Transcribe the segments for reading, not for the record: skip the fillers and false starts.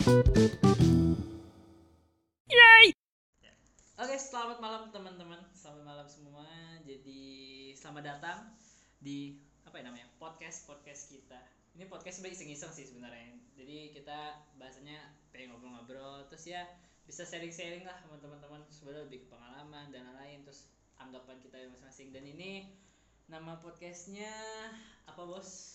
Oke, selamat malam teman-teman. Selamat malam semua. Jadi selamat datang di podcast kita. Ini podcast sebenarnya iseng-iseng sih sebenarnya. Jadi kita bahasanya pengen ngobrol-ngobrol, terus ya bisa sharing-sharing lah sama teman-teman. Sebenarnya lebih ke pengalaman dan lain-lain. Terus anggapan kita masing-masing. Dan ini nama podcastnya apa bos?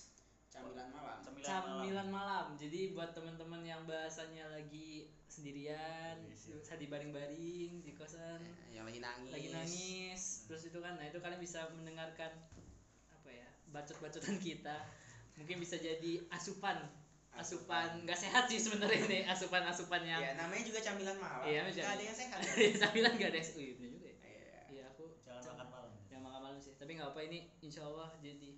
Camilan malam. Jadi buat teman-teman yang bahasanya lagi sendirian, sedih baring-baring di kosan, yang lagi nangis, terus itu kan, nah itu kalian bisa mendengarkan bacot-bacotan kita. Mungkin bisa jadi asupan nggak sehat sih sebenarnya ini, asupan yang ya namanya juga camilan malam. Iya, nggak ada yang sehat. Camilan nggak ada yang bener juga ya. Iya, aku jangan makan malam sih, tapi nggak apa, ini insya Allah jadi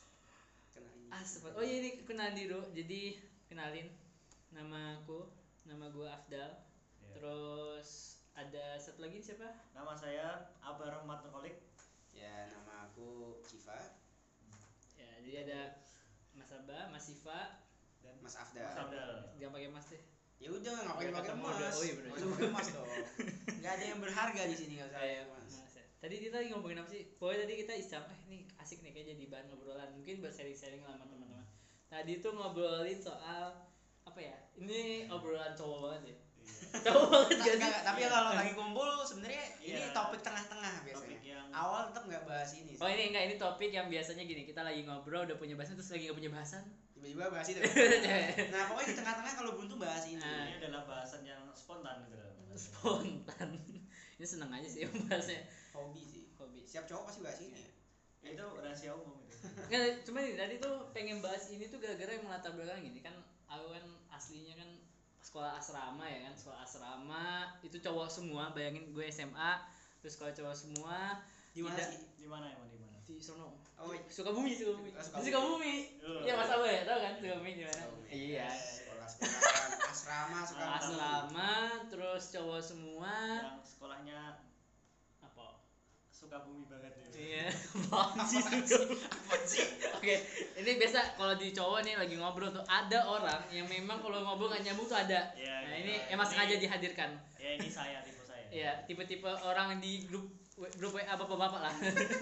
Kenalin. Oh iya, ini kenalin dulu. Jadi kenalin, nama gue Afdal. Yeah. Terus ada satu lagi siapa? Nama saya Abah Rahmat Nurkolik. Ya, nama aku Civa. Ya, jadi ada Mas Abah, Mas Siva, dan Mas Afdal. Jangan pakai Mas deh. Ya udah, ngapain pakai Mas? Oh iya benar. Nggak usah pakai Mas dong. Nggak ada yang berharga di sini, nggak usah pakai Mas. Tadi kita lagi ngomongin apa sih? Pokoknya tadi kita iseng, ini asik nih kayak jadi bahan ngobrolan. Mungkin buat sharing-sharing lah sama teman-teman. Tadi tuh ngobrolin soal apa ya? Ini obrolan cowok banget ya. Cowok banget gak sih? Tapi kalau lagi kumpul sebenarnya ini Iya. topik tengah-tengah biasanya. Topik yang awal tetap nggak bahas ini. Oh ini topik yang biasanya gini, kita lagi ngobrol udah punya bahasan terus lagi nggak punya bahasan. Tiba-tiba bahas itu. Nah, pokoknya di tengah-tengah kalau buntu bahas ini. ini adalah bahasan yang spontan gitu loh. Spontan. Ini seneng aja sih bahasnya. Hobi. Siap cowok pasti bahas ini. Itu rahasia umum itu. Nggak, cuma nih tadi tuh pengen bahas ini tuh gara-gara yang melatar belakang gini kan. Aku kan aslinya kan sekolah asrama ya kan, sekolah asrama itu cowok semua. Bayangin gue SMA terus kalau cowok semua. Di mana sih? Di mana? Di sono. Oh, Sukabumi. Sukabumi. Iya, Mas Abah ya, tahu kan Sukabumi di mana? Iya. Sekolah asrama terus cowok semua. Yang sekolahnya Apa? Sukabumi banget ya. Iya. Apaan sih? Oke, ini biasa kalau di cowok nih lagi ngobrol tuh ada orang yang memang kalau ngobrol nggak nyambung tuh ada. Ya, Nah ini emang sengaja dihadirkan. Ya ini tipe saya. Iya, tipe-tipe orang di grup WA bapak-bapak lah.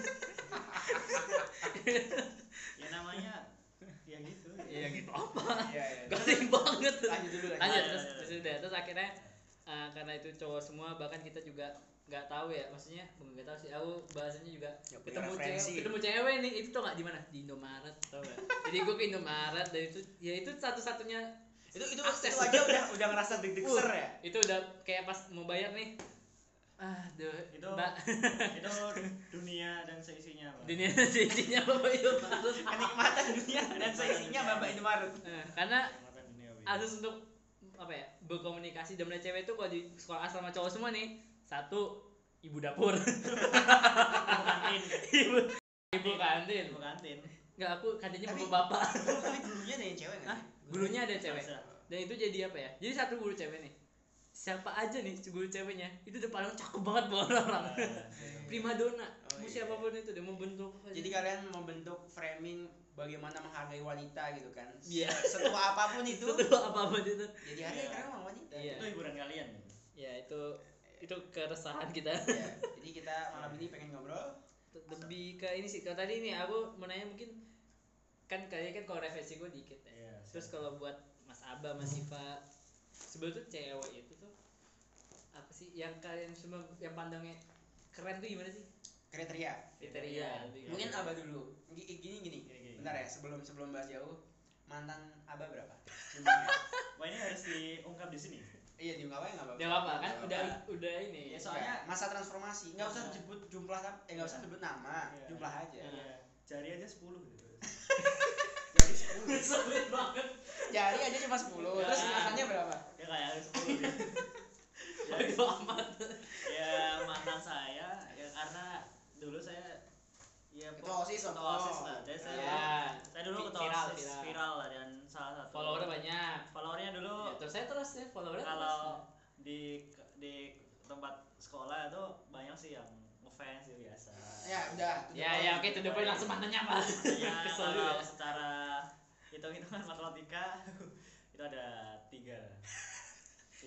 Ya namanya ya gitu. Iya gitu apa? Iya. Garing banget. Lanjut. Terus akhirnya karena itu cowok semua, bahkan kita juga nggak tahu ya, maksudnya nggak tahu sih, aku bahasanya juga ketemu cewek nih, itu tau nggak di mana? Di Indomaret, tau nggak? Jadi gue ke Indomaret dan itu satu-satunya itu akses. aja udah ngerasa deg-deg ser ya. Itu udah kayak pas mau bayar nih. Itu dunia dan seisinya, Pak. Dunia dan seisinya Bapak Indomaret. Kenikmatan dunia dan seisinya Bapak Indomaret. Karena harus untuk apa ya, berkomunikasi dan melihat cewek itu kalau di sekolah asrama cowok semua nih, satu ibu dapur. Ibu kantin. Enggak, aku kantinnya bapak-bapak. Tapi gurunya ada yang cewek enggak? Gurunya ada cewek. Dan itu jadi apa ya? Jadi satu guru cewek nih. Siapa aja nih guru ceweknya, itu udah paling cakep banget buat orang. Primadona. Mau siapapun itu dia mau bentuk. Jadi kalian membentuk framing bagaimana menghargai wanita gitu kan. Iya. Setua apapun itu. Jadi hargai karena memang wanita. Iya. Itu hiburan kalian. Ya itu keresahan kita. Ya, jadi kita malam ini pengen ngobrol lebih ke ini sih. Kalau tadi nih aku mau nanya, mungkin kan kayaknya kan kalau referensi gue dikit ya. Iya, Terus kalau buat Mas Abah, Mas Siva, sebetulnya tuh cewek itu tuh apa sih yang kalian semua yang pandangnya keren tuh gimana sih? kriteria. Mungkin Abah dulu. Gini. Bentar ya, sebelum bahas jauh, mantan Abah berapa? Wah, ini harus diungkap di sini. Iya, diungkap aja enggak apa-apa. Enggak apa-apa kan udah ini. Ya, soalnya masa transformasi. Enggak usah sebut jumlah, enggak usah sebut nama, jumlah aja. Iya. Jari aja 10 gitu. Jadi 10. Sulit banget. Jari aja cuma 10. Terus mantannya berapa? Ya kayak 10 gitu. Bodo amat. Ya mantan saya ya karena dulu saya ketua OSIS lah. Jadi saya dulu ketua OSIS viral lah, dan salah satu followernya dulu. Ya, terus ya followernya. Kalau di tempat sekolah itu banyak sih yang ngefans ya biasa. Ya udah. Ya oke, itu udah langsung mantannya apa? Ya Kesel kalau juga. secara hitung-hitungan matematika itu ada 3.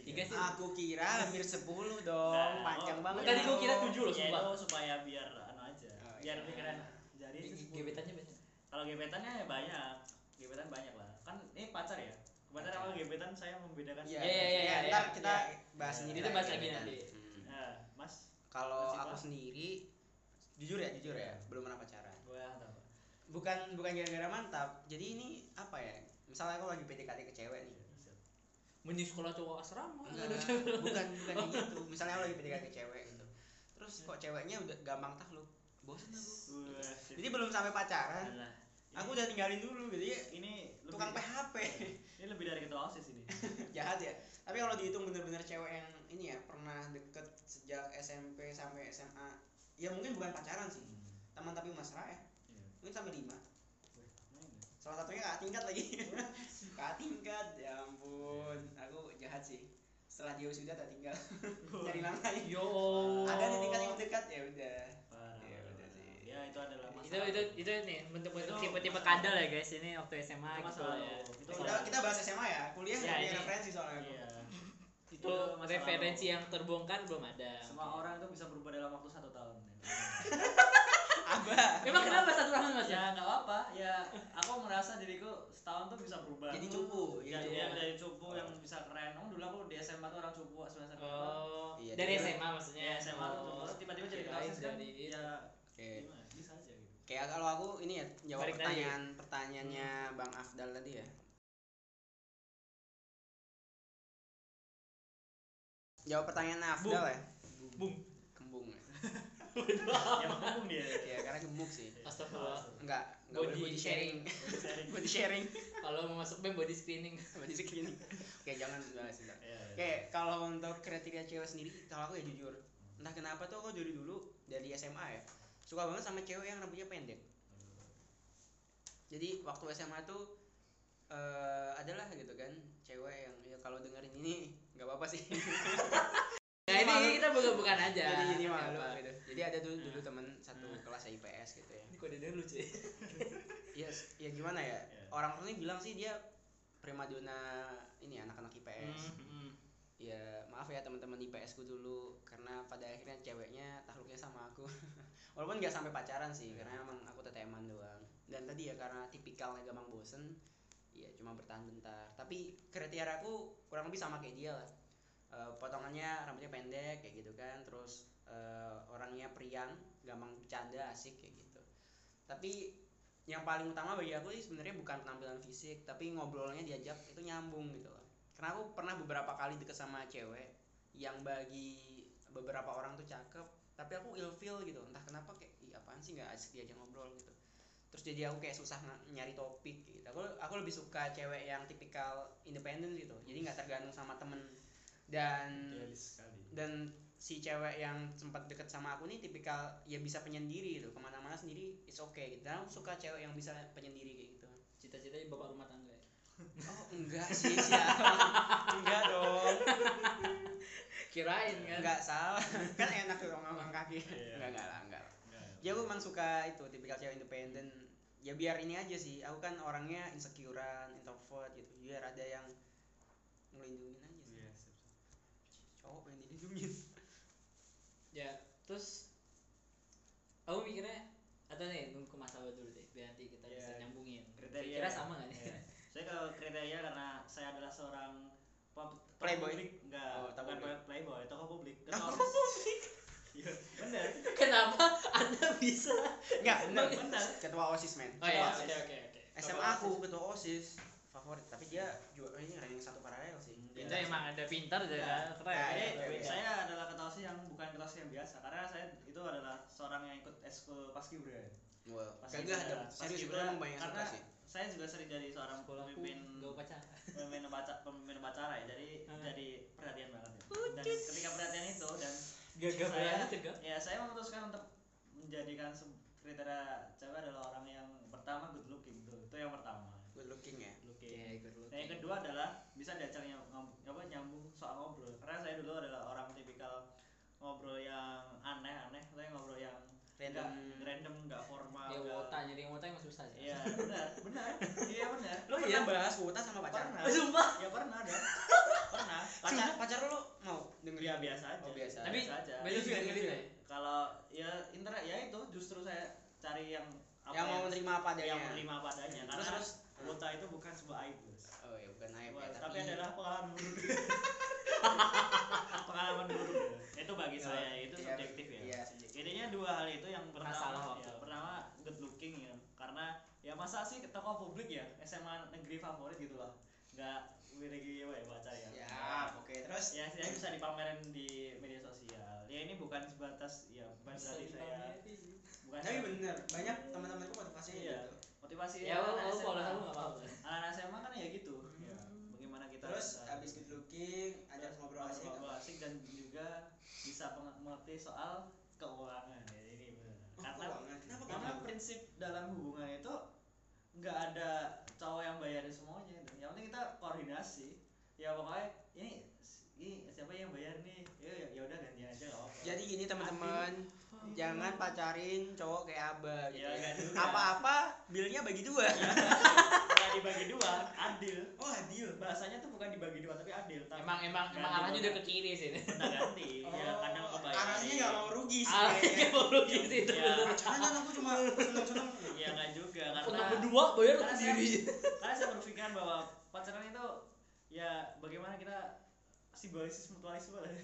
3 sih. Aku kira hampir 10 dong, panjang banget. Tadi gua kira 7 loh, ya sumpah. itu supaya biar aja. Biar lebih keren. Jadi gebetannya banyak. Kalau gebetannya ya banyak. Gebetan banyak lah. Kan ini pacar ya. Kemarin sama gebetan saya membedakan. Iya. Ntar kita bahas sendiri. Itu bahas lagi nanti. Nah, Mas. Kalau aku sendiri jujur ya, belum pernah pacaran. Bukan gara-gara mantap. Jadi ini apa ya? Misalnya aku lagi PDKT ke cewek nih. Menyusul sekolah cowok asrama. Bukan gitu. Misalnya aku lagi PDKT ke cewek gitu. Terus kok ceweknya udah gampang takluk. Bosan aku. Jadi belum sampai pacaran. Aku udah tinggalin dulu gitu ya. Ini tukang PHP. Ini lebih dari ketua OSIS ini. Jahat ya. Tapi kalau dihitung bener-bener cewek yang ini ya pernah deket sejak SMP sampai SMA. Ya mungkin bukan pacaran sih. Teman tapi mesra ya. Mungkin sampai 5. Salah satunya kakak tingkat lagi. Kakak tingkat, ya ampun. Aku jahat sih. Setelah dia sudah tak tinggal. Cari yang lain. Yo. Ada di tingkat yang dekat ya udah. Ya udah sih. Ya itu adalah masalah. Itu nih bentuk-bentuk tipe-tipe kadal ya guys. Ini waktu SMA gitu ya. Kita bahas SMA ya. Kuliah enggak punya referensi soalnya. Iya. Itu referensi yang terbongkar belum ada. Semua orang itu bisa berubah dalam waktu 1 tahun. Abah. Emang kenapa 1 tahun Mas? Ya enggak apa-apa. Ya aku merasa diriku setahun tuh bisa berubah. Jadi cupu. Ya dari cupu yang bisa keren. Dulu aku di SMA tuh orang cupu semester. Iya. Dari SMA maksudnya. Ya SMA tuh tiba-tiba jadi kelas kan. Ya oke. Bisa aja gitu. Kayak kalau aku ini ya jawab pertanyaannya Bang Afdal tadi ya. Jawab pertanyaan Afdal ya. Kembung ya. Ya kembung dia. Ya karena gemuk sih. Astagfirullah. Enggak body sharing. Body sharing. Kalau mau masuk BEM body screening. Oke, jangan bahas itu. Oke, kalau untuk kriteria cewek sendiri, kalau aku ya jujur, entah kenapa tuh aku dari dulu dari SMA ya, suka banget sama cewek yang rambutnya pendek. Jadi waktu SMA tuh adalah gitu kan, cewek yang ya kalau dengerin ini nggak apa-apa sih. Nah ini kita bukan aja. Jadi ini malu gitu. Jadi ada dulu temen satu kelas IPS gitu ya. Ini kode lucu ya. Iya, ya gimana ya? Orang-orang ini bilang sih dia primadona ini anak-anak IPS. Ya maaf ya teman-teman IPS ku dulu karena pada akhirnya ceweknya takluknya sama aku. Walaupun nggak sampai pacaran sih, karena emang aku teteman doang. Dan tadi ya karena tipikalnya gampang bosen, ya cuma bertahan bentar. Tapi kriteria aku kurang lebih sama kayak dia lah. Potongannya rambutnya pendek kayak gitu kan, terus orangnya periang, gampang bercanda, asik kayak gitu. Tapi yang paling utama bagi aku sih sebenarnya bukan penampilan fisik, tapi ngobrolnya diajak itu nyambung gitu loh. Karena aku pernah beberapa kali deket sama cewek yang bagi beberapa orang tuh cakep, tapi aku ilfeel gitu, entah kenapa kayak apaan sih nggak asik diajak ngobrol gitu. Terus jadi aku kayak susah nyari topik gitu. Aku lebih suka cewek yang tipikal independen gitu, jadi nggak tergantung sama temen. Dan si cewek yang sempat deket sama aku nih tipikal ya bisa penyendiri gitu, kemana-mana sendiri it's okay gitu. Dan aku suka cewek yang bisa penyendiri kayak gitu. Cita-citanya bapak rumah tangga ya? Oh enggak sih siapa? Enggak dong. Kirain kan? Enggak salah. Kan enak tuh ngomong kaki. Enggak lah. Ya aku emang suka itu tipikal cewek independen. Ya biar ini aja sih. Aku kan orangnya insecurean, introvert gitu. Biar ada yang ngelindungin aja sih. Cowok pengen dilindungin. Ya, terus aku mikirnya atau nih nunggu ke masalah dulu deh, biar nanti kita bisa nyambungin. Kriteria kira sama nggak nih? Saya kalau kriteria karena saya adalah seorang playboy publik, bukan playboy, tokoh publik. Iya, benar. Kenapa Anda bisa? Enggak, benar. Ketua OSIS men. Oh iya, oke. SMA aku ketua OSIS favorit, tapi dia juga ini ranking 1 paralel sih. Itu emang ada pintar aja keren. Jadi saya adalah ketua OSIS yang bukan ketua OSIS yang biasa, karena saya itu adalah seorang yang ikut eskul Paskibra. Wow. Kagak ada serius itu emang banyak suka sih. Saya juga sering jadi seorang pemimpin upacara ya, jadi perhatian banget ya. Dan ketika perhatian itu dan saya memutuskan untuk menjadikan nyadikan cewek adalah orang yang pertama good looking tuh. Itu yang pertama. Good looking ya. Yeah, good looking. Nah, yang kedua adalah bisa diajak nyambung soal ngobrol. Karena saya dulu adalah orang tipikal ngobrol yang aneh-aneh, saya ngobrol yang random, enggak formal. Ya wota, nyari wota emang susah sih. Iya, benar. Iya benar. Lu pernah bahas wota sama pacar? Pernah. Sumpah. Ya pernah ada. Pernah. Pacar lu Ya biasa aja. Oh, biasa. Tapi biasa aja. Belu juga ngerti lah ya. Kalau ya internet ya itu justru saya cari yang yang mau menerima apa adanya. Yang menerima apa adanya. Karena Terus kuota itu bukan sebuah aib, Bos. oh ya bukan aib ya, Tapi adalah pengalaman buruk. Pengalaman buruk. Itu bagi saya itu subjektif ya. Iya, Intinya dua hal itu yang pertama ya, pertama good looking ya. Karena ya masa sih tokoh publik ya SMA negeri favorit gitu loh. Enggak lagi ya baca ya. Siap, oke. Terus Ya saya bisa dipamerin di media sosial. Ya ini bukan sebatas ya bukan berarti saya bukan tapi bener banyak teman-temanku motivasinya iya. gitu. Motivasi Ya kalau tahu enggak apa-apa. anak SMA kan ya gitu. Ya, bagaimana kita Terus bisa habis good looking ada ngobrol asik dan juga bisa mengerti soal keuangan ya ini benar. Karena prinsip dalam hubungan itu nggak ada cowok yang bayarin semuanya. Yang penting kita koordinasi. Ya pokoknya ini siapa yang bayar nih? Ya udah gantian aja enggak apa-apa. Jadi gini teman-teman, jangan pacarin cowok kayak Aba gitu. Ya, Apa-apa bilnya bagi dua. Bukan dibagi dua, adil. Oh, adil. Bahasanya tuh bukan dibagi dua tapi adil. Emang arahnya udah ke kiri sih. Udah ganti. Ya kadang kebayang. Arahnya enggak mau rugi sih. Arahnya enggak mau rugi sih itu Ya. bener. Pacaran kan aku cuma seneng-seneng. Ya enggak juga karena Untuk berdua bayar karena sendiri. Karena saya berpikiran bahwa pacaran itu ya bagaimana kita simbiosis mutualisme lah.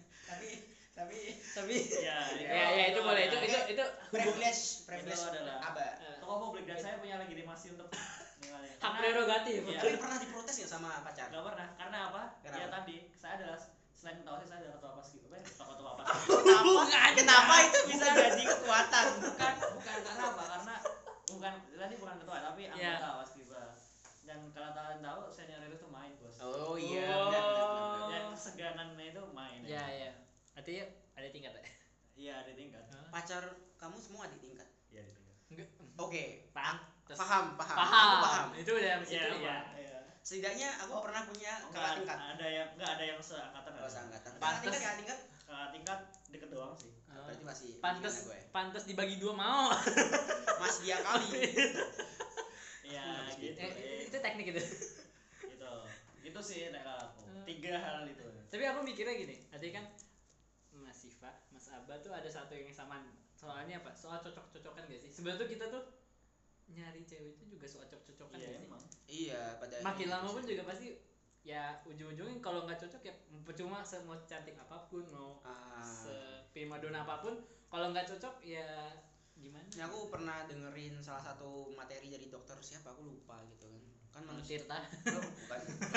Tapi Ya itu boleh itu privilege itu adalah Aba. tokoh publik dan saya punya legitimasi untuk menilai. hak prerogatif. Iya. Tapi pernah diprotes ya sama pacar? Enggak pernah. Karena apa? Kenapa? Ya tadi saya adalah selain ketua saya adalah ketua paskib. Ketua Kenapa itu bisa jadi kekuatan? bukan karena apa? Karena bukan ketua tapi anggota paskiba. Dan kalau kalian tahu senior itu tuh main, Bos. Oh iya, Oh. Dan kesegangannya itu main. Ya. Artinya ada tingkat ya? Iya, ada tingkat. Pacar kamu semua di tingkat. Iya, ada tingkat. Enggak. Oke. Pantes. Paham. Aku Paham. paham. Itu udah Iya. Setidaknya aku pernah punya kakak tingkat. Enggak ada yang seangkatan. Oh, seangkatan. Pantes. Kakak tingkat. Tingkat deket doang sih. Berarti masih Pantes gimana gue? pantes dibagi dua mau. Mas dia kali. Iya, gitu. Itu teknik itu. Itu sih nek aku. 3 hal itu. Tapi aku mikirnya gini, tadi kan Mas Siva, Mas Aba tuh ada satu yang samaan. Soalnya apa? Soal cocok-cocokan gak sih? Sebetulnya kita tuh nyari cewek itu juga soal cocok-cocokan gak sih? Emang. Iya, pada Makin lama pun juga pasti ya ujung-ujungnya kalau nggak cocok ya percuma mau cantik apapun, mau primadona apapun, kalau nggak cocok ya gimana? Ya, aku pernah dengerin salah satu materi dari dokter siapa aku lupa gitu kan. Kan manusia. Tirta. Oh, bukan.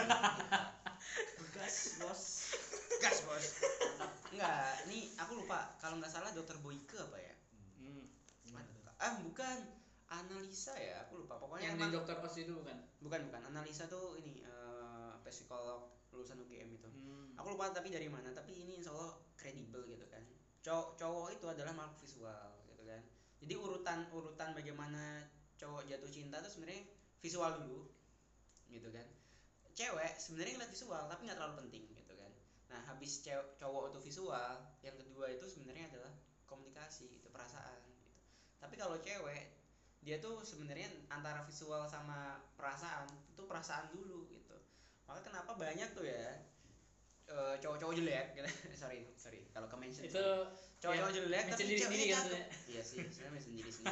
Gas, Bos. Enggak, ini aku lupa. Kalau nggak salah dokter Boyke apa ya? Bukan. Analisa ya, aku lupa. Pokoknya Yang di dokter Os itu bukan? Bukan. Analisa tuh ini psikolog lulusan UGM itu. Aku lupa tapi dari mana, tapi ini insya Allah kredibel gitu kan. Cowok itu adalah makhluk visual gitu kan. Jadi urutan bagaimana cowok jatuh cinta tuh sebenarnya visual dulu gitu kan. Cewek sebenarnya ngeliat visual tapi nggak terlalu penting gitu kan. Nah habis cowok itu visual, yang kedua itu sebenarnya adalah komunikasi, itu perasaan gitu. Tapi kalau cewek dia tuh sebenarnya antara visual sama perasaan, itu perasaan dulu gitu. Maka kenapa banyak tuh ya cowok-cowok jelek gitu. sorry kalau ke mention itu cowok-cowok ya, jelek tapi sendiri kan cakep. Iya sih, saya sendiri sih.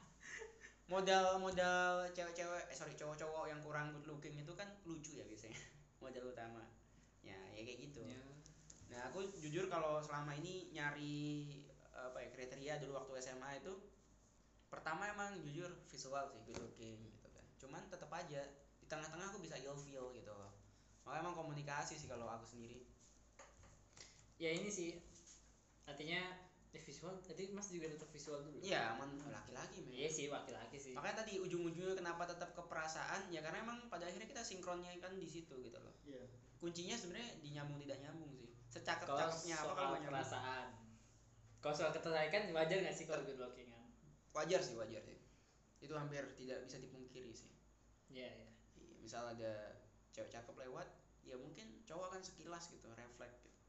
modal cewek-cewek cowok-cowok yang kurang good looking itu kan lucu ya biasanya. Modal utama ya kayak gitu ya. Nah aku jujur kalau selama ini nyari kriteria dulu waktu SMA itu pertama emang jujur visual sih, good looking gitu kan. Cuman tetap aja di tengah-tengah aku bisa ilfeel gitu loh. Makanya emang komunikasi sih kalau aku sendiri. Ya ini sih artinya visual tadi Mas juga tetap visual dulu. Iya, aman laki-laki memang. Iya sih, laki-laki sih. Makanya tadi ujung-ujungnya kenapa tetap ke perasaan ya karena emang pada akhirnya kita sinkronnya kan di situ gitu loh. Iya. Kuncinya sebenarnya di nyambung tidak nyambung sih. Secakep-cakepnya apa kalau nyambung. Perasaan. Kalau soal ketertarikan wajar nggak sih kalau good looking kan? Wajar sih. Itu hampir tidak bisa dipungkiri sih. Iya. Misal ada cewek cakep lewat, ya mungkin cowok akan sekilas gitu, refleks gitu.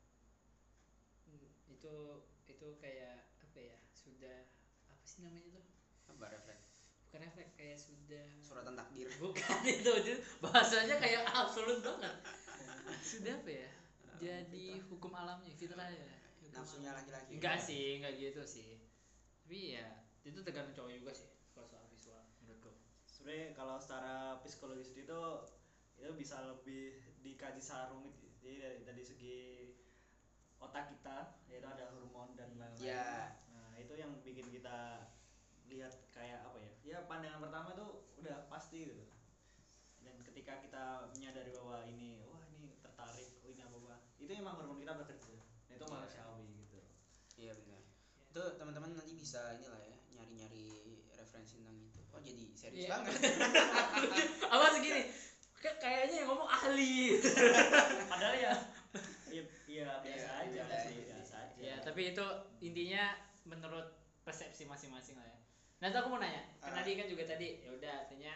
Itu kayak apa ya? Sudah apa sih namanya itu? Apa refleks? Bukan refleks, kayak sudah suratan takdir. Bukan itu bahasanya kayak absolut banget. Sudah apa ya? jadi hukum alamnya fitrah ya. Nafsunya laki-laki. Enggak sih, enggak gitu sih. Tapi ya itu tergantung cowok juga sih kalau soal visual menurutku. Sebenarnya kalau secara psikologis itu bisa lebih dikaji secara rumit. Jadi dari segi otak kita yaitu ada hormon dan lain-lain. Ya. Nah, itu yang bikin kita lihat kayak apa ya? Ya pandangan pertama tuh udah pasti gitu. Dan ketika kita menyadari bahwa ini tertarik, ini apa, itu emang hormon kita bekerja. Nah, itu manusiawi gitu. Iya benar. Itu teman-teman nanti bisa inilah ya, nyari-nyari referensi tentang itu. Oh jadi serius banget. Apa segini? Kayaknya yang ngomong ahli. Padahal ya biasa aja sih, biasa aja. Ya, tapi itu intinya menurut persepsi masing-masing lah ya. Nah, aku mau nanya, kan tadi kan juga tadi ya udah artinya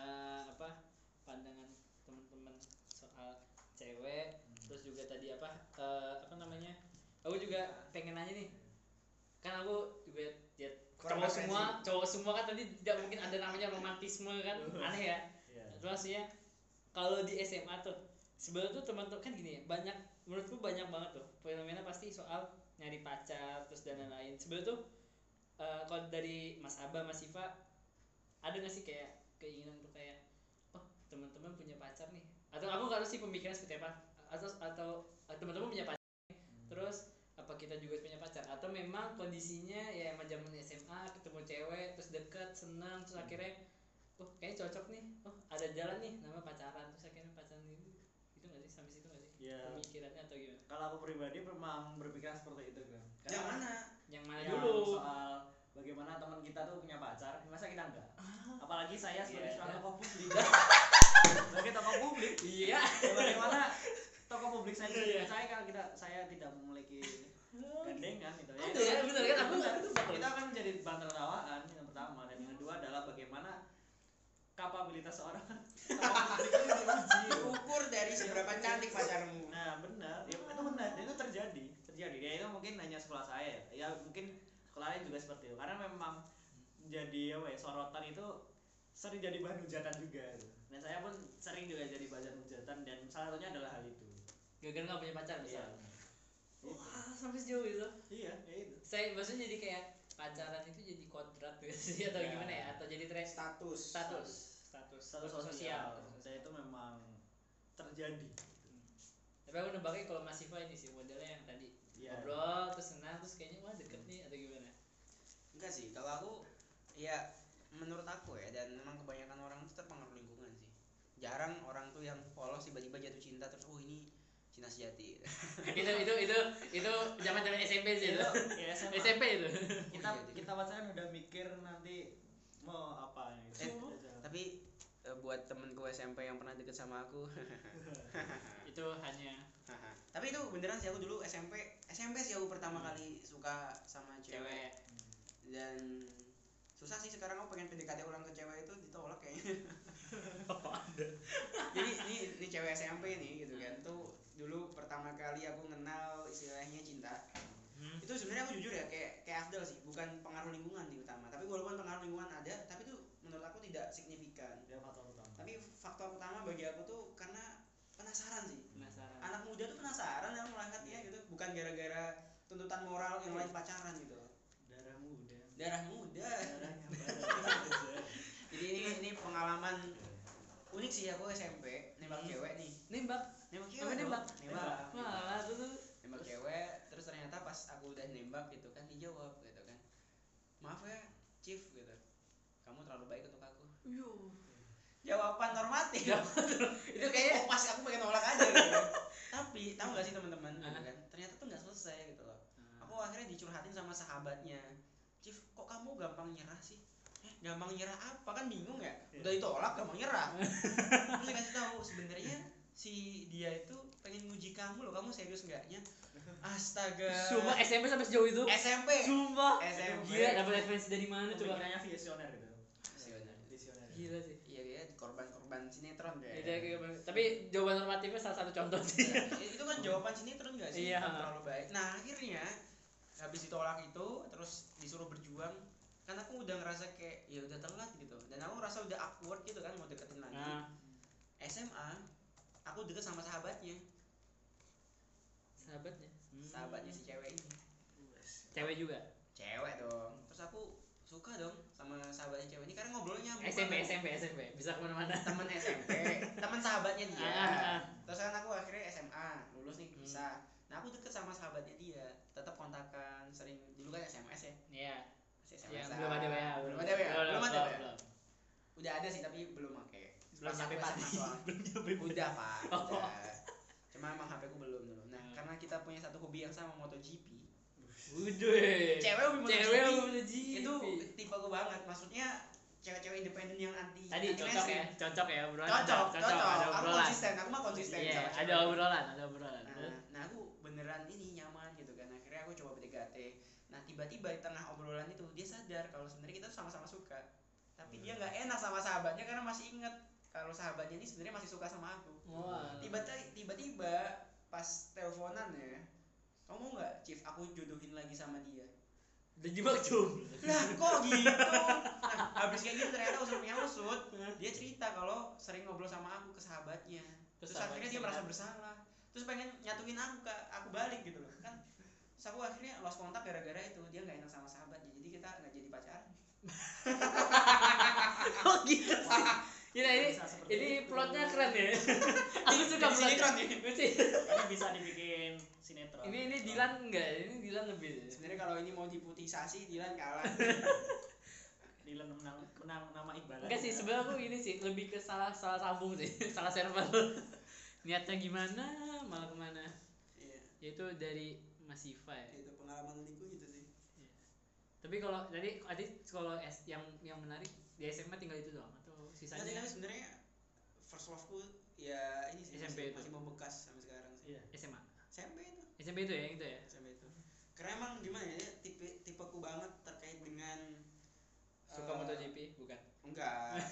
pandangan teman-teman soal cewek, terus juga tadi apa namanya? Aku juga pengen nanya nih. Kan aku juga ya cowok semua kan tadi tidak mungkin ada namanya romantisme kan, aneh ya. Terus ya kalau di SMA tuh sebenarnya tuh teman-teman kan gini ya, menurutku banyak banget tuh fenomena pasti soal nyari pacar terus dan lain-lain. Sebenarnya tuh kalau dari Mas Aba, Mas Siva ada nggak sih kayak keinginan tuh kayak teman-teman punya pacar nih, atau aku nggak tahu sih pemikiran seperti apa, atau teman-teman punya pacar nih, terus apa kita juga punya pacar, atau memang kondisinya ya emang zaman SMA ketemu cewek terus deket senang terus akhirnya kayak cocok nih, ada jalan nih nama pacaran terus akhirnya pacaran itu nggak sih, sampai situ nggak sih pemikirannya atau gimana? Kalau aku pribadi memang berpikiran seperti itu kan. Yang mana dulu soal bagaimana teman kita tuh punya pacar, masa kita enggak? Apalagi saya sebagai seorang tokoh publik. Sebagai tokoh publik. Iya. Bagaimana tokoh publik saya kalau saya tidak memiliki gandengan gitu ya. Itu ya benar kan, kita akan menjadi bahan tertawaan yang pertama, dan yang kedua adalah bagaimana kapabilitas seorang tokoh publik itu diuji. Ukur dari seberapa cantik pacarmu. Nah, benar. Ya, itu benar. Itu terjadi. Ya itu mungkin hanya sekolah saya. Ya mungkin sekolah lain juga seperti itu. Karena memang jadi sorotan itu sering jadi bahan hujatan juga. Dan saya pun sering juga jadi bahan hujatan, dan salah satunya adalah hal itu. Gara-gara nggak punya pacar misalnya. Wah, sampai sejauh itu. Iya, kayak itu. Saya maksudnya jadi kayak pacaran itu jadi kodrat gitu sih, atau gimana ya? Atau jadi status sosial. Saya itu memang terjadi. Tapi aku nebaknya kalau Mas Siva ini sih modelnya yang tadi ngobrol terus senang terus kayaknya wah deket nih atau gimana? Enggak sih, kalau aku ya menurut aku ya, dan memang kebanyakan orang itu terpengaruh lingkungan sih. Jarang orang tuh yang polos tiba-tiba jatuh cinta terus ini cinta sejati. itu zaman SMP sih itu. Ya, SMP itu. Kita pacaran udah mikir nanti mau apa gitu. Tapi buat temenku SMP yang pernah deket sama aku itu hanya tapi itu beneran sih, aku dulu SMP sih aku pertama kali suka sama cewek. Dan susah sih sekarang aku pengen PDKT ulang ke cewek itu ditolak kayaknya. Jadi ini cewek SMP nih gitu kan, tuh dulu pertama kali aku kenal istilahnya cinta. Itu sebenarnya aku jujur ya kayak Afdal sih, bukan pengaruh lingkungan di utama, tapi walaupun pengaruh lingkungan ada, tapi itu menurut aku tidak signifikan. Tapi faktor utama bagi aku tuh karena penasaran sih. Anak muda tuh penasaran yang melangkatnya gitu, bukan gara-gara tuntutan moral yang lain pacaran gitu. Darah muda. Jadi ini pengalaman unik sih, aku SMP nembak cewek nih. Nembak Cewek. Wah, Nembak cewek, terus ternyata pas aku udah nembak gitu kan dijawab gitu kan. Maaf ya, Chief gitu. Kamu terlalu baik untuk aku. Jawaban normatif. Itu kayaknya pas aku pengen nolak aja gitu kan. Tapi tahu enggak sih teman-teman gitu kan. Ternyata tuh enggak selesai gitu loh. Aku akhirnya dicurhatin sama sahabatnya. Chief, kok kamu gampang nyerah sih? Gampang nyerah apa, kan bingung ya? Udah ditolak gampang nyerah. Terus dikasih tahu sebenarnya si dia itu pengen nguji kamu loh, kamu serius enggaknya? Astaga. Sumpah SMP sampai sejauh itu? SMP. Sumpah. SMP. Gila, dapat referensi dari mana coba? Pemikirannya visioner gitu. Visioner. Gila sih. Iya, korban sinetron kayak. Tapi jawaban normatifnya salah satu contoh sih. Itu kan jawaban sinetron enggak sih? Iya. Terlalu baik. Nah, akhirnya habis ditolak itu terus disuruh berjuang, kan aku udah ngerasa kayak ya udah telat gitu, dan aku ngerasa udah awkward gitu kan mau deketin lagi. SMA aku deket sama sahabatnya, sahabatnya si cewek ini. Cewek juga? Cewek dong. Terus aku suka dong sama sahabatnya cewek ini karena ngobrolnya SMP bisa kemana-mana. Temen SMP, temen sahabatnya dia. Terus kan aku akhirnya SMA lulus nih bisa. Nah aku deket sama sahabatnya dia, tetap kontakan, sering dulu kan SMS ya. Iya. SMS. Belum ada ya. Belum ada. Udah ada sih tapi belum pakai. Belum sampai pagi. Udah pak. Udah. Cuma emang HP ku belum dulu. Nah karena kita punya satu hobi yang sama, MotoGP. Udah. Cewek MotoGP. Itu tipe gue banget. Maksudnya cewek-cewek independen yang anti. Tadi cocok ya obrolan. Cocok. Ada obrolan. Aku mah konsisten sama cewek. Ada obrolan. Nah aku beneran ini nyaman gitu kan. Akhirnya aku coba PDKT. Nah tiba-tiba di tengah obrolan itu dia sadar kalau sebenarnya kita tuh sama-sama suka. Tapi dia nggak enak sama sahabatnya karena masih inget kalau sahabatnya ini sebenarnya masih suka sama aku. Tiba-tiba pas teleponan ya, kamu mau nggak, Chief, aku jodohin lagi sama dia. Udah jebak cum. Lah kok gitu? Nah habis kayak gitu ternyata usut, dia cerita kalau sering ngobrol sama aku ke sahabatnya. Terus akhirnya dia merasa bersalah. Terus pengen nyatuin aku balik gitu loh kan. Terus aku akhirnya lost kontak gara-gara itu, dia nggak enak sama sahabatnya. Jadi kita nggak jadi pacaran. Oh gitu sih. Ini plotnya keren ya. Aku suka plotnya. Ini bisa dibikin sinetron. Ini Dilan enggak? Ini Dilan lebih. Sebenarnya kalau ini mau diputisasi Dilan kalah. Dilan menang nama Iqbal. Enggak sih, sebenarnya aku ini sih lebih ke salah sambung sih, salah server. Niatnya gimana, malah kemana? Iya. Yaitu dari Mas Iva ya. Itu pengalaman unikku gitu sih. Iya. Tapi kalau yang menarik di SMA tinggal itu doang atau sisanya? Tapi sebenarnya first loveku ya ini sih SMP masih membekas sampai sekarang sih. Iya. SMA. SMP itu ya gitu ya. SMP itu. Karena emang gimana ya, tipeku banget terkait dengan suka MotoGP bukan? Enggak.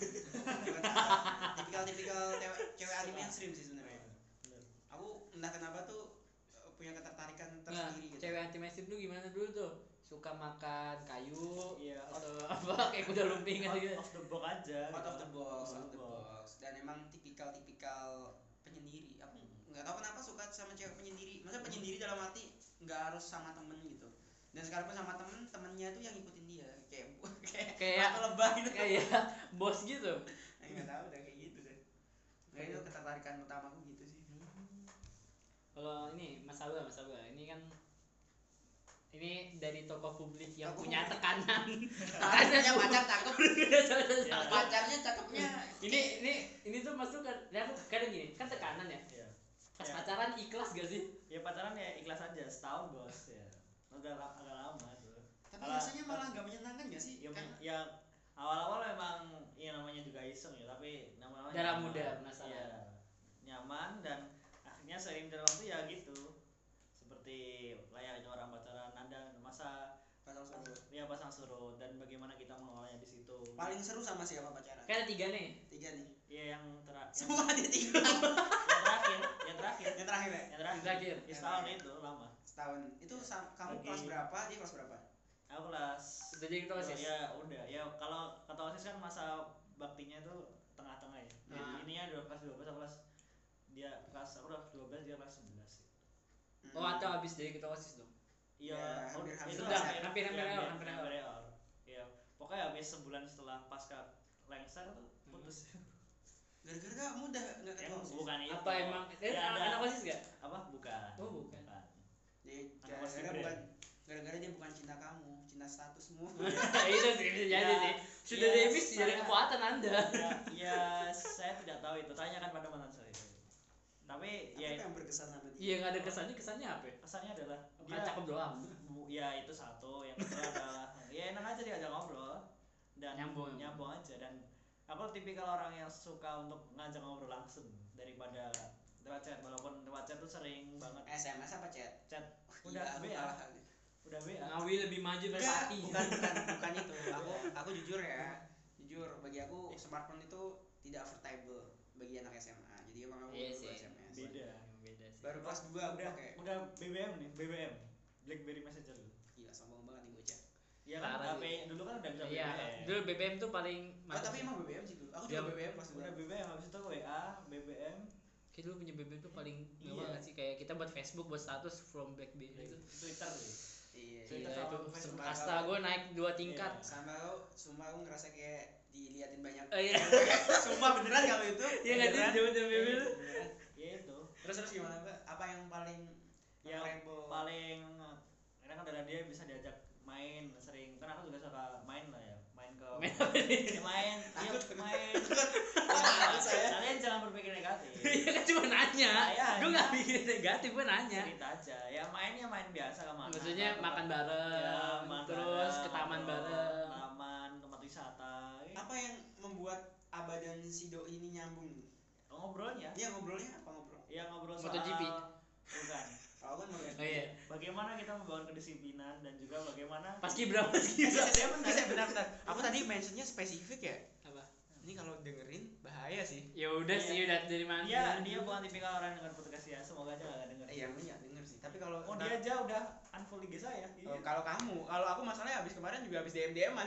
Tipikal cewek anime mainstream sih sebenarnya. Aku entah kenapa tuh punya ketertarikan tersendiri gitu. Cewek anti mainstream tuh gimana dulu tuh? Suka makan kayu atau apa kayak kuda lumping gitu. Out of the box aja. Out of the box. Dan emang tipikal penyendiri. Aku nggak tahu kenapa suka sama cewek penyendiri. Maksudnya penyendiri dalam arti nggak harus sama temen gitu. Dan sekalipun sama temennya tuh yang ngikutin dia kayak lebah gitu. Kayak bos gitu. Nggak tahu udah kayak gitu deh. Nah itu ketertarikan utamaku gitu sih. Kalau ini Mas Abah, ini kan ini dari tokoh publik yang punya tekanan. Tekanannya pacar cakep. Pacarnya cakepnya. Ini tuh masuk kan, aku kadang gini, kan tekanan ya. Pas pacaran ikhlas gak sih? Ya pacaran ya ikhlas aja, setahun bos ya. Agak lama tuh. Tapi rasanya malah nggak menyenangkan gak sih? Ya awal-awal memang ya namanya juga iseng ya, tapi namanya darah muda penasaran. Ya, nyaman dan akhirnya seiring dalam waktu ya gitu. Seperti layaknya orang pacaran, ada masa pasang surut dan bagaimana kita mengolahnya di situ. Paling seru sama siapa pacaran? Kan ada 3 nih. Iya yang terakhir. Semua ada 3. Yang terakhir. Ya, setahun itu lama. Setahun. Itu kamu kelas berapa? Dia kelas berapa? Aku kelas. Udah jadi ketua OSIS. Ya udah. Ya kalau ketua OSIS kan masa baktinya itu tengah-tengah ya. Jadi ininya udah kelas 12 aku kelas 12 dia kelas 11. Oh, atau habis dari ketua OSIS dong? Iya, hampir. Iya, pokoknya habis sebulan setelah pasca lengser tuh putus. Gara-gara kamu udah enggak ketua OSIS. Bukan itu. Apa emang? Anak OSIS enggak? Apa? Bukan. Oh, bukan. Gara-gara dia bukan cinta kamu, cinta statusmu. Itu sih bisa jadi sih. Sudah Davis tidak ada kekuatan Anda. Ya, saya tidak tahu itu. Tanyakan pada mantan saya. Tapi ya yang berkesan sama dia. Iya, enggak ada kesannya apa? Kesannya adalah dia cakep doang. Ya itu satu, yang kedua adalah ya enak aja diajak ngobrol dan nyambung aja. Dan aku tipikal orang yang suka untuk ngajak ngobrol langsung daripada lewat chat, walaupun lewat chat tuh sering banget. SMS apa chat? Chat. Udah WA. Ngawi lebih maju dari Pati. Bukan itu. Aku jujur bagi aku smartphone itu tidak affordable bagi anak SMA. Jadi emang aku SMS. Beda sih. Baru kelas 2 aku pakai. Udah BBM. BlackBerry Messenger. Gila sombong banget nih bocah. Iya kan HP dulu kan udah bisa BBM. Iya, dulu BBM tuh paling tapi emang BBM sih dulu. Aku juga BBM pas udah BBM habis itu WA, BBM. Kayak dulu punya BBM tuh paling banget sih, kayak kita kita buat Facebook, buat status from BlackBerry itu. Twitter sih. Iya. Gila, sama itu Facebook. kasta gue naik 2 tingkat. Sumpah aku ngerasa kayak diliatin banyak. Iya. Sumpah beneran kalau itu. Iya nggak sih zaman bebel. Ya itu. Terus gimana Mbak? Apa yang paling Yang memorable? paling enak adalah dia bisa diajak main sering, kan aku juga suka main lah ya, main ke main Takut. main Takut saya. kalian jangan berpikir negatif. Iya kan cuma nanya. Iya, Gue nggak pikir negatif, gue nanya. Cerita aja ya, mainnya main biasa kemana, Maksudnya makan bareng, ya, makan terus bareng, ke taman atau bareng. taman, tempat wisata ya. Apa yang membuat Aba dan si Doi ini nyambung? Ngobrolnya Iya ngobrolnya apa ngobrol? ya, ngobrol soal MotoGP. bukan Kalau kan mau Oh iya. bagaimana kita membangun kedisiplinan dan juga bagaimana Paskibra. Saya benar. Aku tadi mentionnya spesifik ya. Apa? Ini kalau dengerin bahaya sih. Ya udah sih, udah dari mana? dia bukan tipikal orang yang dengar podcast ya, semoga aja nggak denger. Iya, aku nggak denger sih. Tapi kalau Oh dia aja udah unfollow IG saya. Oh, kalau aku masalahnya habis kemarin juga habis DM-an.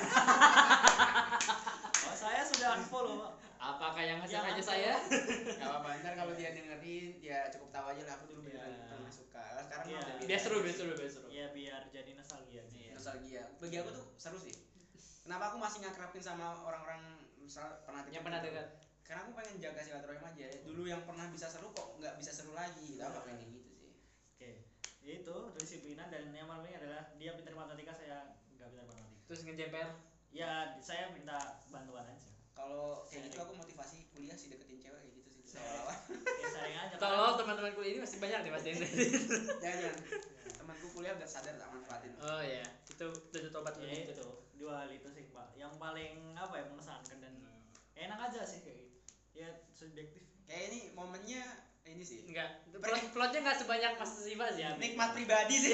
Oh saya sudah unfollow. Apakah yang ngasih Jangan aja saya? Gak apa-apa, ntar kalau dia dengerin ya cukup tahu aja lah, aku dulu beneran Iya. pernah suka. Sekarang Iya. udah Biar seru. Ya biar jadi nostalgia sih. Iya. nostalgia. Bagi aku tuh seru sih. Kenapa aku masih ngakrapin sama orang-orang misal pernah dekat? Yang pernah gitu. dekat. Karena aku pengen jaga silaturahim aja. Dulu yang pernah bisa seru kok nggak bisa seru lagi. Tahu nggak pengen gitu sih. Oke. Ya itu disiplinan, dan yang paling penting adalah dia pintar matematika, saya nggak pintar matematika. Terus ngejemper. Ya saya minta bantuan aja. Kalau kayak gitu aku motivasi kuliah sih deketin cewek kayak gitu sih. Ya sharing aja. Tolong teman-teman kuliah ini masih banyak nih Mas Dendri. Jangan. Temanku kuliah udah sadar tak manfaatin. Oh iya, itu tobat Ya ini. itu tuh dua hal itu sih Pak. Yang paling apa ya, mengesankan dan enak aja sih kayak gitu. Ya subjektif. Kayak ini momennya ini sih. Enggak, plotnya enggak sebanyak Mas Siva sih ya. Nikmat pribadi sih.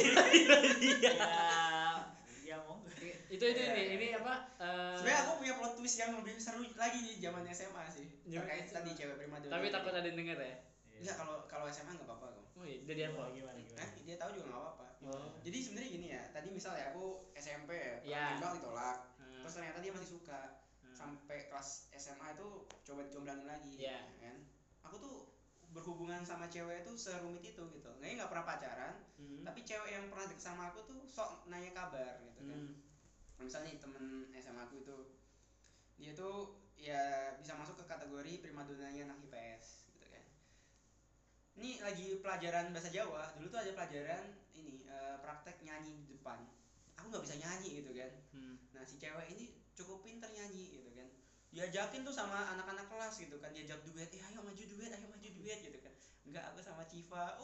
Ya mau nggak? Itu Iya. ini apa? Sebenarnya aku punya plot twist yang lebih seru lagi di zaman SMA sih. Zaman Terkait SMA. tadi cewek primadona. Tapi takut ada yang denger ya. Enggak, kalau SMA enggak apa-apa kok. Oh iya, dia Oh, apa? gimana gimana. Dia tahu juga enggak apa-apa. Oh. Jadi sebenarnya gini ya, tadi misal ya aku SMP ya, Iya. nembak ditolak. Hmm. Terus ternyata dia masih suka. Hmm. Sampai kelas SMA itu coba dicomblangin lagi, Iya. kan? Aku tuh berhubungan sama cewek itu serumit itu gitu. Nggak pernah pacaran, Hmm. tapi cewek yang pernah deket sama aku tuh sok nanya kabar gitu kan. Misalnya nih temen SMA aku itu, dia tuh ya bisa masuk ke kategori primadonanya anak IPS gitu kan. Ini lagi pelajaran bahasa Jawa, dulu tuh ada pelajaran ini praktek nyanyi di depan. Aku nggak bisa nyanyi gitu kan. Nah si cewek ini cukup pinter nyanyi gitu kan. Diajakin tuh sama anak-anak kelas gitu kan, diajak duet, ayo maju duet gitu kan. Enggak, aku sama Civa.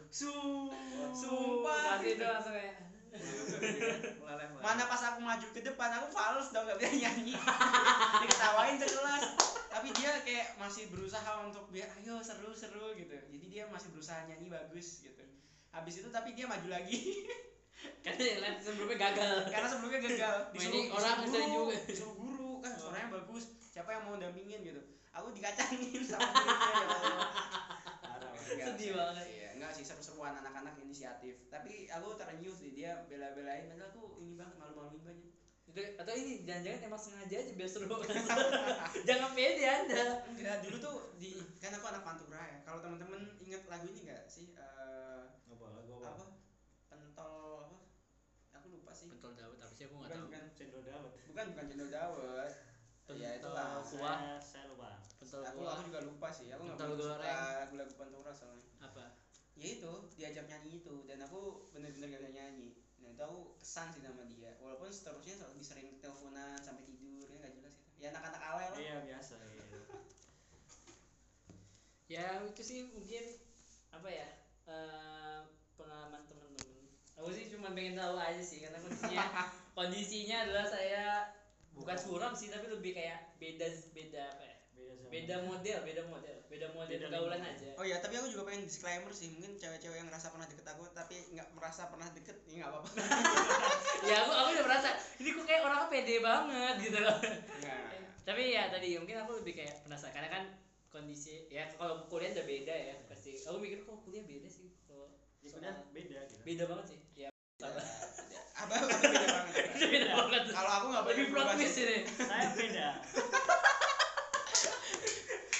Sumpah. Masih itu langsung kayak Meleleh. Mana pas aku maju ke depan, aku fals dong, nggak bisa nyanyi. Diketawain sekelas, tapi dia kayak masih berusaha untuk biar ayo seru gitu. Jadi dia masih berusaha nyanyi bagus gitu. Habis itu tapi dia maju lagi. karena sebelumnya gagal. Karena sebelumnya gagal. Ini orang ngeselin juga. Disuruh guru kan suaranya bagus. Siapa yang mau dampingin gitu? Aku dikacangin sama gurunya ya Allah. Sedih banget. Iya, enggak sih, seru-seruan anak-anak inisiatif. Tapi aku terenyuh sih, dia bela-belain, padahal aku ini banget, malu-maluin banget. Itu atau ini jangan-jangan emang sengaja aja biar seru. Jangan pede Anda. Enggak, dulu tuh kan aku anak Pantura ya. Kalau teman-teman inget lagu ini enggak sih? Apa? Pentol apa? Aku lupa sih. Pentol Dawet apa sih aku enggak tahu. Bukan Cendol dawet. bukan cendol dawet. Ya itu lah. Kuah. Saya lupa. Pentol Aku kuah. juga lupa sih. Aku enggak Pentol suka goreng. lagu-lagu Pantura soalnya. Apa? Ya itu, diajak nyanyi itu, dan aku bener-bener gak bisa nyanyi. Nah itu aku kesan sih sama dia, walaupun seterusnya lebih sering teleponan sampai tidur, ya gak jelas itu. Ya anak-anak alay lah. Iya biasa. Iya. Ya itu sih mungkin apa ya, pengalaman teman-teman. Aku sih cuma pengen tahu aja sih, karena kondisinya adalah saya bukan suram sih, tapi lebih kayak beda apa ya, beda model pergaulan aja. Oh ya, tapi aku juga pengen disclaimer sih, mungkin cewek-cewek yang ngerasa pernah deket aku tapi nggak merasa pernah deket, ya nggak apa-apa. Ya aku udah merasa ini kok kayak orang pede banget gitu loh. Nggak. Tapi ya tadi mungkin aku lebih kayak penasaran, karena kan kondisi ya kalau kuliah udah beda ya pasti. Aku mikir kok kuliah beda sih, kalau Ya kuliah beda gitu. beda banget sih. Ya Abang beda banget. beda banget. Kalau aku nggak Lebih plot twist ini. Saya beda.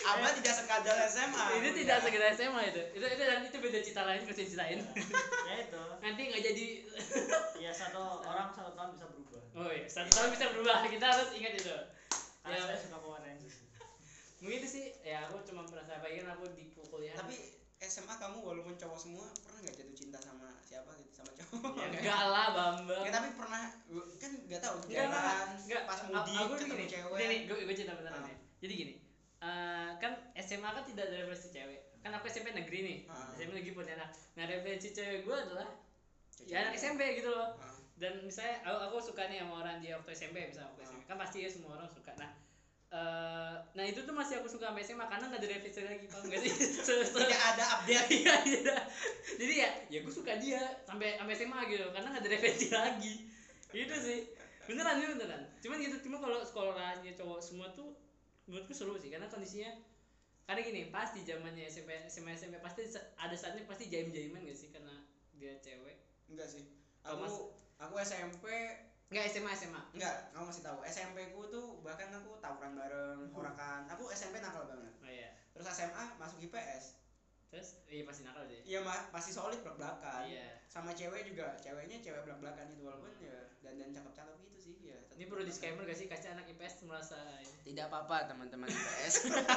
Abah tidak sekadar SMA. Itu tidak sekedar SMA itu dan itu beda cita lain ke ceritain. Ya itu. Nanti nggak jadi. Ya satu orang 1 tahun bisa berubah. Oh iya, 1 tahun bisa berubah. Kita harus ingat itu. Karena Ya, saya suka Power Rangers. mungkin itu sih. Ya aku cuma merasa bagian aku di kuliah. Tapi SMA kamu walaupun cowok semua pernah nggak jatuh cinta sama siapa gitu, sama cowok? ya, enggak lah Bambang. Ya, tapi pernah kan nggak tahu Enggak, jalan pas mudik aku ketemu gini, cewek. Nih, gue cerita beneran ya. Jadi gini, kan SMA kan tidak ada referensi cewek. Kan aku SMP negeri nih, SMP negeri Pontianak. Nah referensi cewek gue adalah ya anak SMP gitu loh. Dan misalnya aku suka nih sama orang dia waktu SMP, misalnya waktu SMP, kan pasti ya semua orang suka. Nah itu tuh masih aku suka sampai SMA karena nggak ada referensi lagi, paham nggak sih? Tidak ada update. Iya. Jadi ya gue suka dia sampai SMA gitu karena nggak ada referensi lagi. Gitu sih. Beneran. Cuman gitu, kalau sekolahnya cowok semua tuh menurutku seru sih karena kondisinya karena gini, pasti zamannya SMP pasti ada saatnya pasti jaim-jaiman gak sih karena dia cewek. Enggak sih. Thomas. Aku SMP enggak SMA. enggak, kamu masih tahu. SMP ku tuh bahkan aku tawuran bareng, orakan. Aku SMP nakal banget. Oh iya. Terus SMA masuk IPS. Terus iya pasti nakal deh. Iya pasti solid belak-belakan. Iya. Sama cewek juga, ceweknya cewek belak-belakan gitu walaupun ya dan cakep-cakep gitu sih ya. Ini perlu disclaimer gak sih kasih anak IPS merasa Tidak apa-apa teman-teman IPS.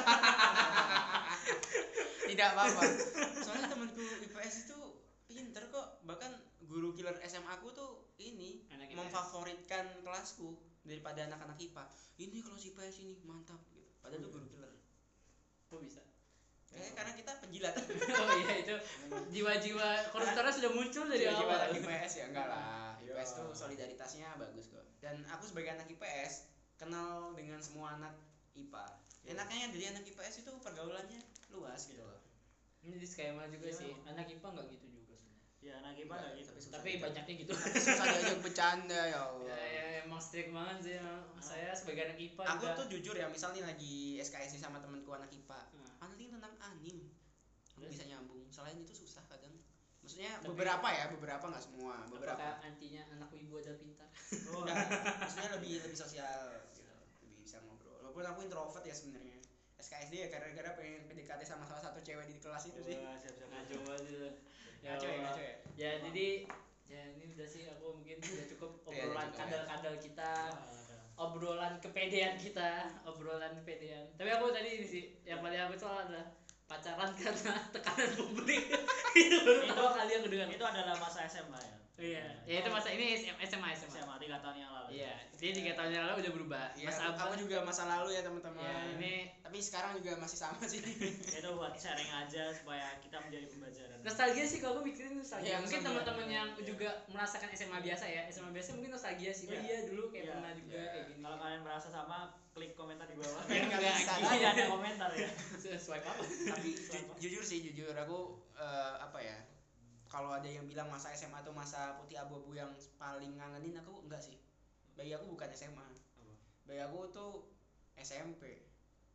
Tidak apa-apa. Soalnya temanku IPS itu pinter kok. Bahkan guru killer SMA aku tuh ini anak IPS. memfavoritkan kelasku daripada anak-anak IPA. Ini kalau si IPS ini mantap gitu. Padahal tuh guru killer. Kok bisa? Karena kita penjilat. Oh iya itu jiwa-jiwa koruptornya sudah muncul dari Jiwa-jiwa awal. anak IPS ya enggak lah. IPS tuh solidaritasnya bagus kok. Dan aku sebagai anak IPS kenal dengan semua anak IPA. Enaknya dari anak IPS itu pergaulannya luas gitu loh. Ini disclaimer juga sih. Anak IPA enggak gitu juga sebenarnya. Ya anak IPA enggak gitu. Tapi banyaknya gitu. Susah diajak bercanda ya Allah. Ya emang strict banget sih. Saya sebagai anak IPA Aku juga. tuh jujur ya, misalnya lagi SKSD sama temanku anak IPA. Paling tentang anim. Aku bisa nyambung. Selain itu susah kadang. Maksudnya beberapa nggak semua. Beberapa. Apakah antinya anak wibu ada pintar? Oh, enggak. Maksudnya lebih sosial gitu. Lebih bisa ngobrol. Walaupun aku introvert ya sebenarnya. SKSD ya gara-gara pengen PDKT sama salah satu cewek di kelas itu sih. Wah, siap-siap. Ngaco banget. Ngaco ya. Ya jadi ini udah sih aku mungkin sudah cukup obrolan kadal-kadal kita. Obrolan kepedean kita. Tapi aku tadi ini sih yang paling aku soal adalah pacaran karena tekanan publik. Itu baru pertama kali aku dengar. Itu adalah masa SMA ya. Iya. Ya itu masa ini SMA. 3 tahun yang lalu. Iya. Dia 3 tahun yang lalu udah berubah. Ya, Mas aku juga masa lalu ya teman-teman. Ya, ini tapi sekarang juga masih sama sih. Itu buat sharing aja supaya kita menjadi pembelajaran. nostalgia sih kalau aku mikirin nostalgia. Ya, Mungkin nostalgia. teman-teman yang juga merasakan SMA biasa ya. SMA biasa mungkin nostalgia sih. Oh iya dulu kayak pernah juga kayak gini. Kalau kalian merasa sama, klik komentar di bawah. Ya, nggak bisa. Iya, ada komentar ya. Swipe up. Tapi jujur aku apa ya, kalau ada yang bilang masa SMA tuh masa putih abu-abu yang paling ngangenin, aku enggak sih. Bagi aku bukan SMA. Bagi aku tuh SMP.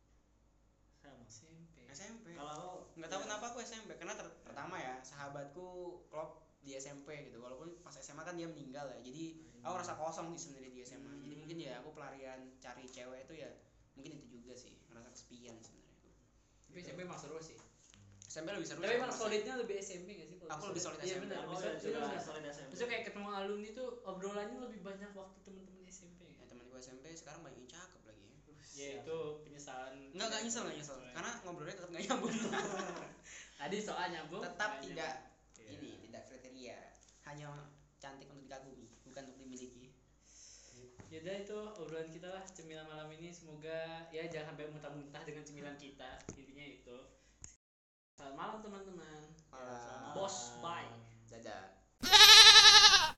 SMP. Kalau aku Nggak tahu kenapa aku SMP, karena pertama ya sahabatku klop di SMP gitu. Walaupun pas SMA kan dia meninggal ya, jadi aku rasa kosong sih sebenarnya di SMA. Jadi mungkin ya aku pelarian cari cewek itu ya mungkin itu juga sih, ngerasa kesepian sebenarnya. Tapi SMP emang seru sih. SMP lebih seru. Tapi emang solidnya lebih SMP nggak sih? Aku lebih solid Iya SMP. benar. aku juga solid SMP. Terus kayak ketemu alumni tuh obrolannya lebih banyak waktu teman-teman SMP. Ya temanku SMP sekarang banyak yang cakep lagi. Ya itu penyesalan. Enggak nyesel. Karena ngobrolnya tetap nggak nyambung. Tadi soal nyambung. Tetap nggak tidak nyambung. tidak kriteria. Hanya cantik untuk dikagumi, bukan untuk dimiliki. Yaudah itu obrolan kita lah cemilan malam ini, semoga ya jangan sampai muntah-muntah dengan cemilan kita, intinya itu. Selamat malam